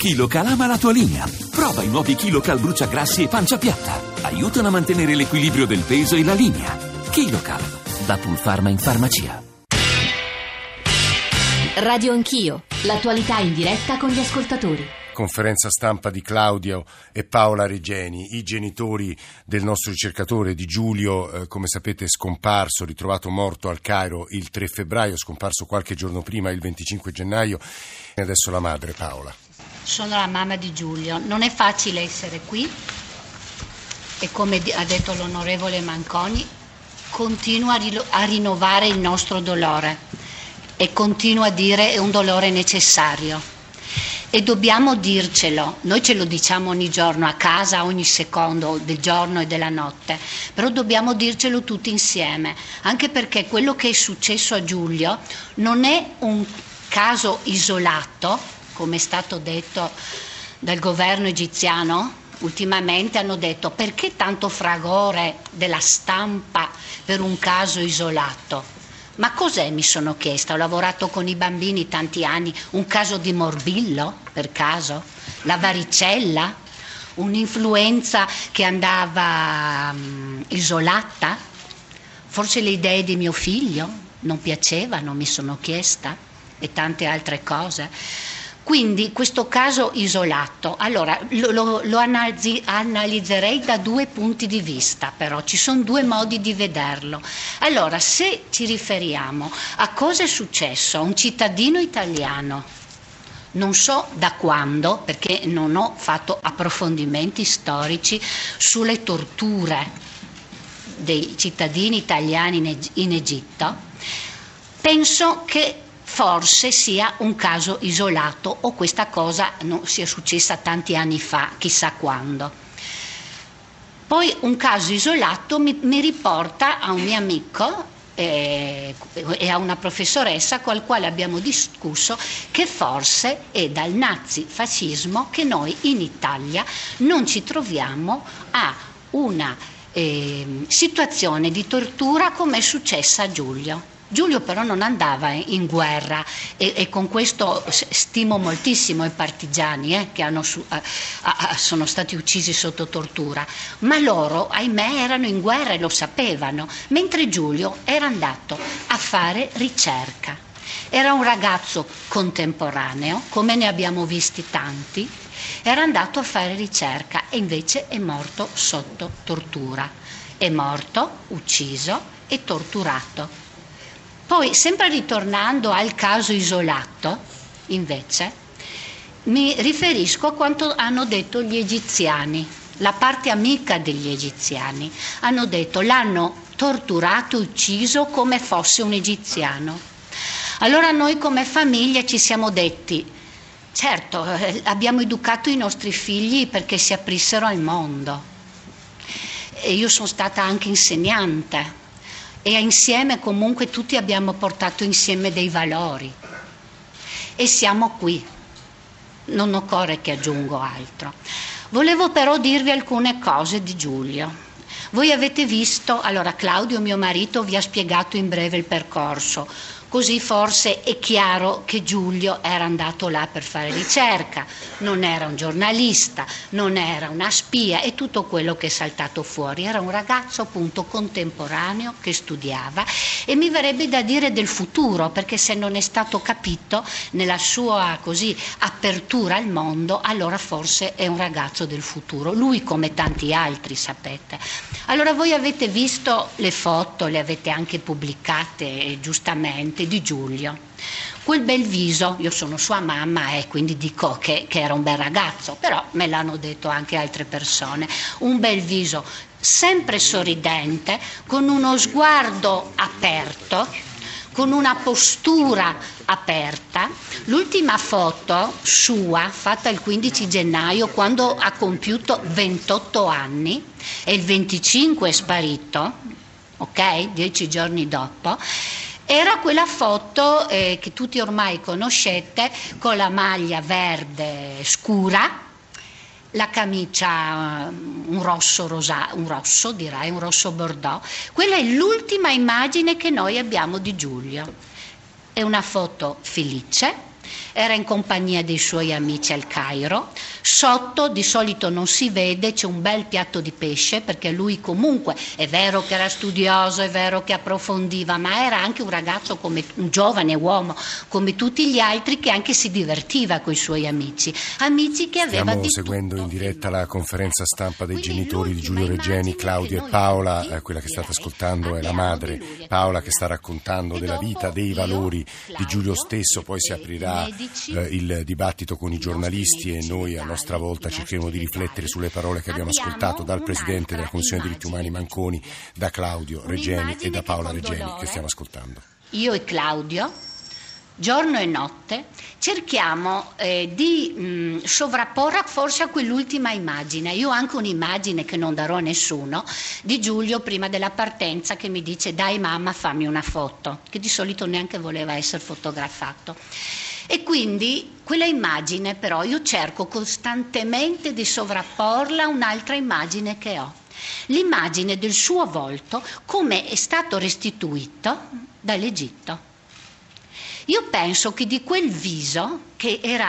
KiloCal ama la tua linea. Prova i nuovi KiloCal bruciagrassi e pancia piatta. Aiutano a mantenere l'equilibrio del peso e la linea. KiloCal, da Pulpharma in farmacia. Radio Anch'io, l'attualità in diretta con gli ascoltatori. Conferenza stampa di Claudio e Paola Regeni, i genitori del nostro ricercatore di Giulio, come sapete scomparso, ritrovato morto al Cairo il 3 febbraio, scomparso qualche giorno prima, il 25 gennaio, e adesso la madre Paola. Sono la mamma di Giulio, non è facile essere qui e come ha detto l'onorevole Manconi, continua a rinnovare il nostro dolore e continua a dire è un dolore necessario. E dobbiamo dircelo, noi ce lo diciamo ogni giorno a casa, ogni secondo del giorno e della notte, però dobbiamo dircelo tutti insieme, anche perché quello che è successo a Giulio non è un caso isolato, come è stato detto dal governo egiziano. Ultimamente hanno detto perché tanto fragore della stampa per un caso isolato. Ma cos'è, mi sono chiesta, ho lavorato con i bambini tanti anni, un caso di morbillo, per caso? La varicella? Un'influenza che andava isolata? Forse le idee di mio figlio non piacevano, mi sono chiesta, e tante altre cose. Quindi questo caso isolato, allora lo analizzerei da due punti di vista, però ci sono due modi di vederlo. Allora, se ci riferiamo a cosa è successo a un cittadino italiano, non so da quando, perché non ho fatto approfondimenti storici sulle torture dei cittadini italiani in Egitto, penso che forse sia un caso isolato o questa cosa non sia successa tanti anni fa, chissà quando. Poi un caso isolato mi riporta a un mio amico e a una professoressa con la quale abbiamo discusso che forse è dal nazifascismo che noi in Italia non ci troviamo a una situazione di tortura come è successa a Giulio. Giulio però non andava in guerra e con questo stimo moltissimo i partigiani che sono stati uccisi sotto tortura, ma loro, ahimè, erano in guerra e lo sapevano, mentre Giulio era andato a fare ricerca. Era un ragazzo contemporaneo, come ne abbiamo visti tanti, era andato a fare ricerca e invece è morto sotto tortura. È morto, ucciso e torturato. Poi, sempre ritornando al caso isolato, invece, mi riferisco a quanto hanno detto gli egiziani, la parte amica degli egiziani. Hanno detto l'hanno torturato, ucciso come fosse un egiziano. Allora noi come famiglia ci siamo detti, certo, abbiamo educato i nostri figli perché si aprissero al mondo. E io sono stata anche insegnante. E insieme comunque tutti abbiamo portato insieme dei valori e siamo qui, non occorre che aggiungo altro. Volevo però dirvi alcune cose di Giulio. Voi avete visto, allora Claudio mio marito vi ha spiegato in breve il percorso, così forse è chiaro che Giulio era andato là per fare ricerca, non era un giornalista, non era una spia e tutto quello che è saltato fuori, era un ragazzo appunto contemporaneo che studiava e mi verrebbe da dire del futuro, perché se non è stato capito nella sua così apertura al mondo, allora forse è un ragazzo del futuro, lui come tanti altri, sapete. Allora voi avete visto le foto, le avete anche pubblicate giustamente, di Giulio, quel bel viso, io sono sua mamma e quindi dico che era un bel ragazzo, però me l'hanno detto anche altre persone, un bel viso sempre sorridente, con uno sguardo aperto, con una postura aperta. L'ultima foto sua, fatta il 15 gennaio, quando ha compiuto 28 anni e il 25 è sparito, ok? 10 giorni dopo, era quella foto che tutti ormai conoscete, con la maglia verde scura, la camicia un rosso bordeaux. Quella è l'ultima immagine che noi abbiamo di Giulio. È una foto felice, era in compagnia dei suoi amici al Cairo. Sotto di solito non si vede, c'è un bel piatto di pesce, perché lui comunque è vero che era studioso, è vero che approfondiva, ma era anche un ragazzo, come un giovane uomo come tutti gli altri, che anche si divertiva con i suoi amici che aveva Stiamo di seguendo tutto. in diretta la conferenza stampa dei genitori di Giulio Regeni, Claudio e Paola. Quella che state ascoltando è la madre, Paola, che sta raccontando della vita, dei valori di Giulio stesso. Poi si aprirà il dibattito con i giornalisti e noi a nostra volta cercheremo di riflettere sulle parole che abbiamo ascoltato dal Presidente della Commissione diritti umani Manconi, da Claudio Regeni e da Paola Regeni, che stiamo ascoltando. Io e Claudio, giorno e notte, cerchiamo di sovrapporre forse a quell'ultima immagine. Io ho anche un'immagine che non darò a nessuno di Giulio prima della partenza, che mi dice: dai mamma, fammi una foto, che di solito neanche voleva essere fotografato. E quindi quella immagine però io cerco costantemente di sovrapporla a un'altra immagine che ho, l'immagine del suo volto come è stato restituito dall'Egitto. Io penso che di quel viso, che era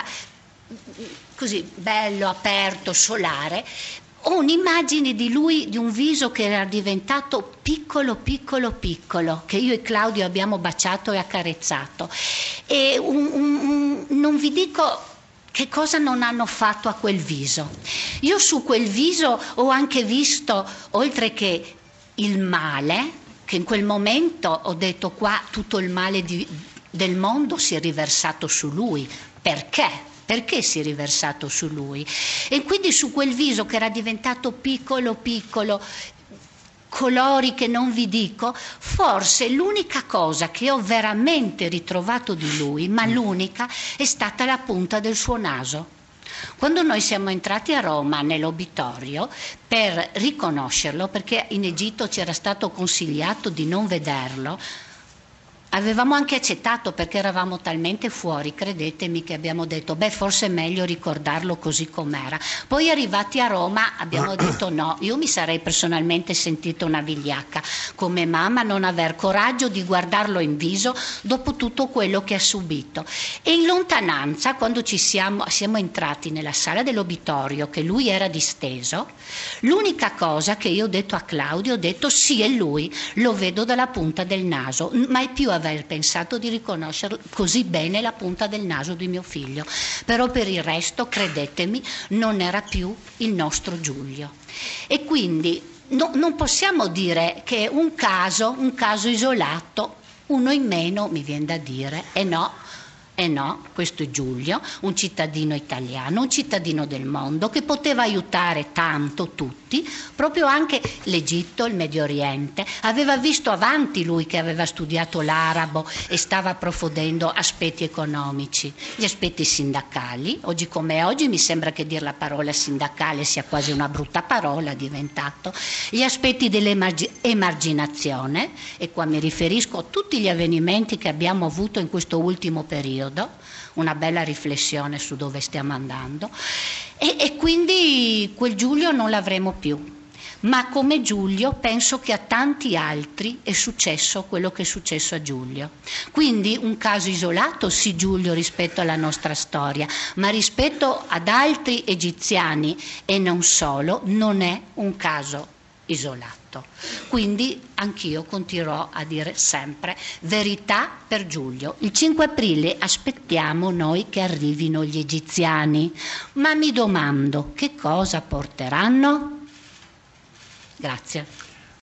così bello, aperto, solare, ho un'immagine di lui, di un viso che era diventato piccolo, piccolo, piccolo, che io e Claudio abbiamo baciato e accarezzato. E non vi dico che cosa non hanno fatto a quel viso. Io su quel viso ho anche visto, oltre che il male, che in quel momento ho detto: qua tutto il male del mondo si è riversato su lui. Perché? Perché si è riversato su lui? E quindi su quel viso che era diventato piccolo, piccolo, colori che non vi dico, forse l'unica cosa che ho veramente ritrovato di lui, ma l'unica, è stata la punta del suo naso. Quando noi siamo entrati a Roma nell'obitorio per riconoscerlo, perché in Egitto ci era stato consigliato di non vederlo, avevamo anche accettato, perché eravamo talmente fuori, credetemi, che abbiamo detto: beh, forse è meglio ricordarlo così com'era. Poi arrivati a Roma abbiamo detto no, io mi sarei personalmente sentita una vigliacca come mamma non aver coraggio di guardarlo in viso dopo tutto quello che ha subito. E in lontananza, quando siamo entrati nella sala dell'obitorio, che lui era disteso, l'unica cosa che io ho detto a Claudio, ho detto: sì, è lui, lo vedo dalla punta del naso, mai più aver pensato di riconoscere così bene la punta del naso di mio figlio. Però per il resto, credetemi, non era più il nostro Giulio. E quindi non possiamo dire che è un caso isolato, uno in meno, mi viene da dire. E no, questo è Giulio, un cittadino italiano, un cittadino del mondo, che poteva aiutare tanto tutti, proprio anche l'Egitto, il Medio Oriente. Aveva visto avanti lui, che aveva studiato l'arabo e stava approfondendo aspetti economici, gli aspetti sindacali. Oggi come oggi mi sembra che dire la parola sindacale sia quasi una brutta parola diventato. Gli aspetti dell'emarginazione, e qua mi riferisco a tutti gli avvenimenti che abbiamo avuto in questo ultimo periodo, una bella riflessione su dove stiamo andando, e quindi quel Giulio non l'avremo più. Ma come Giulio penso che a tanti altri è successo quello che è successo a Giulio. Quindi un caso isolato, sì, Giulio, rispetto alla nostra storia, ma rispetto ad altri egiziani e non solo, non è un caso isolato. Quindi anch'io continuerò a dire sempre verità per Giulio. Il 5 aprile aspettiamo noi che arrivino gli egiziani, ma mi domando che cosa porteranno? Grazie.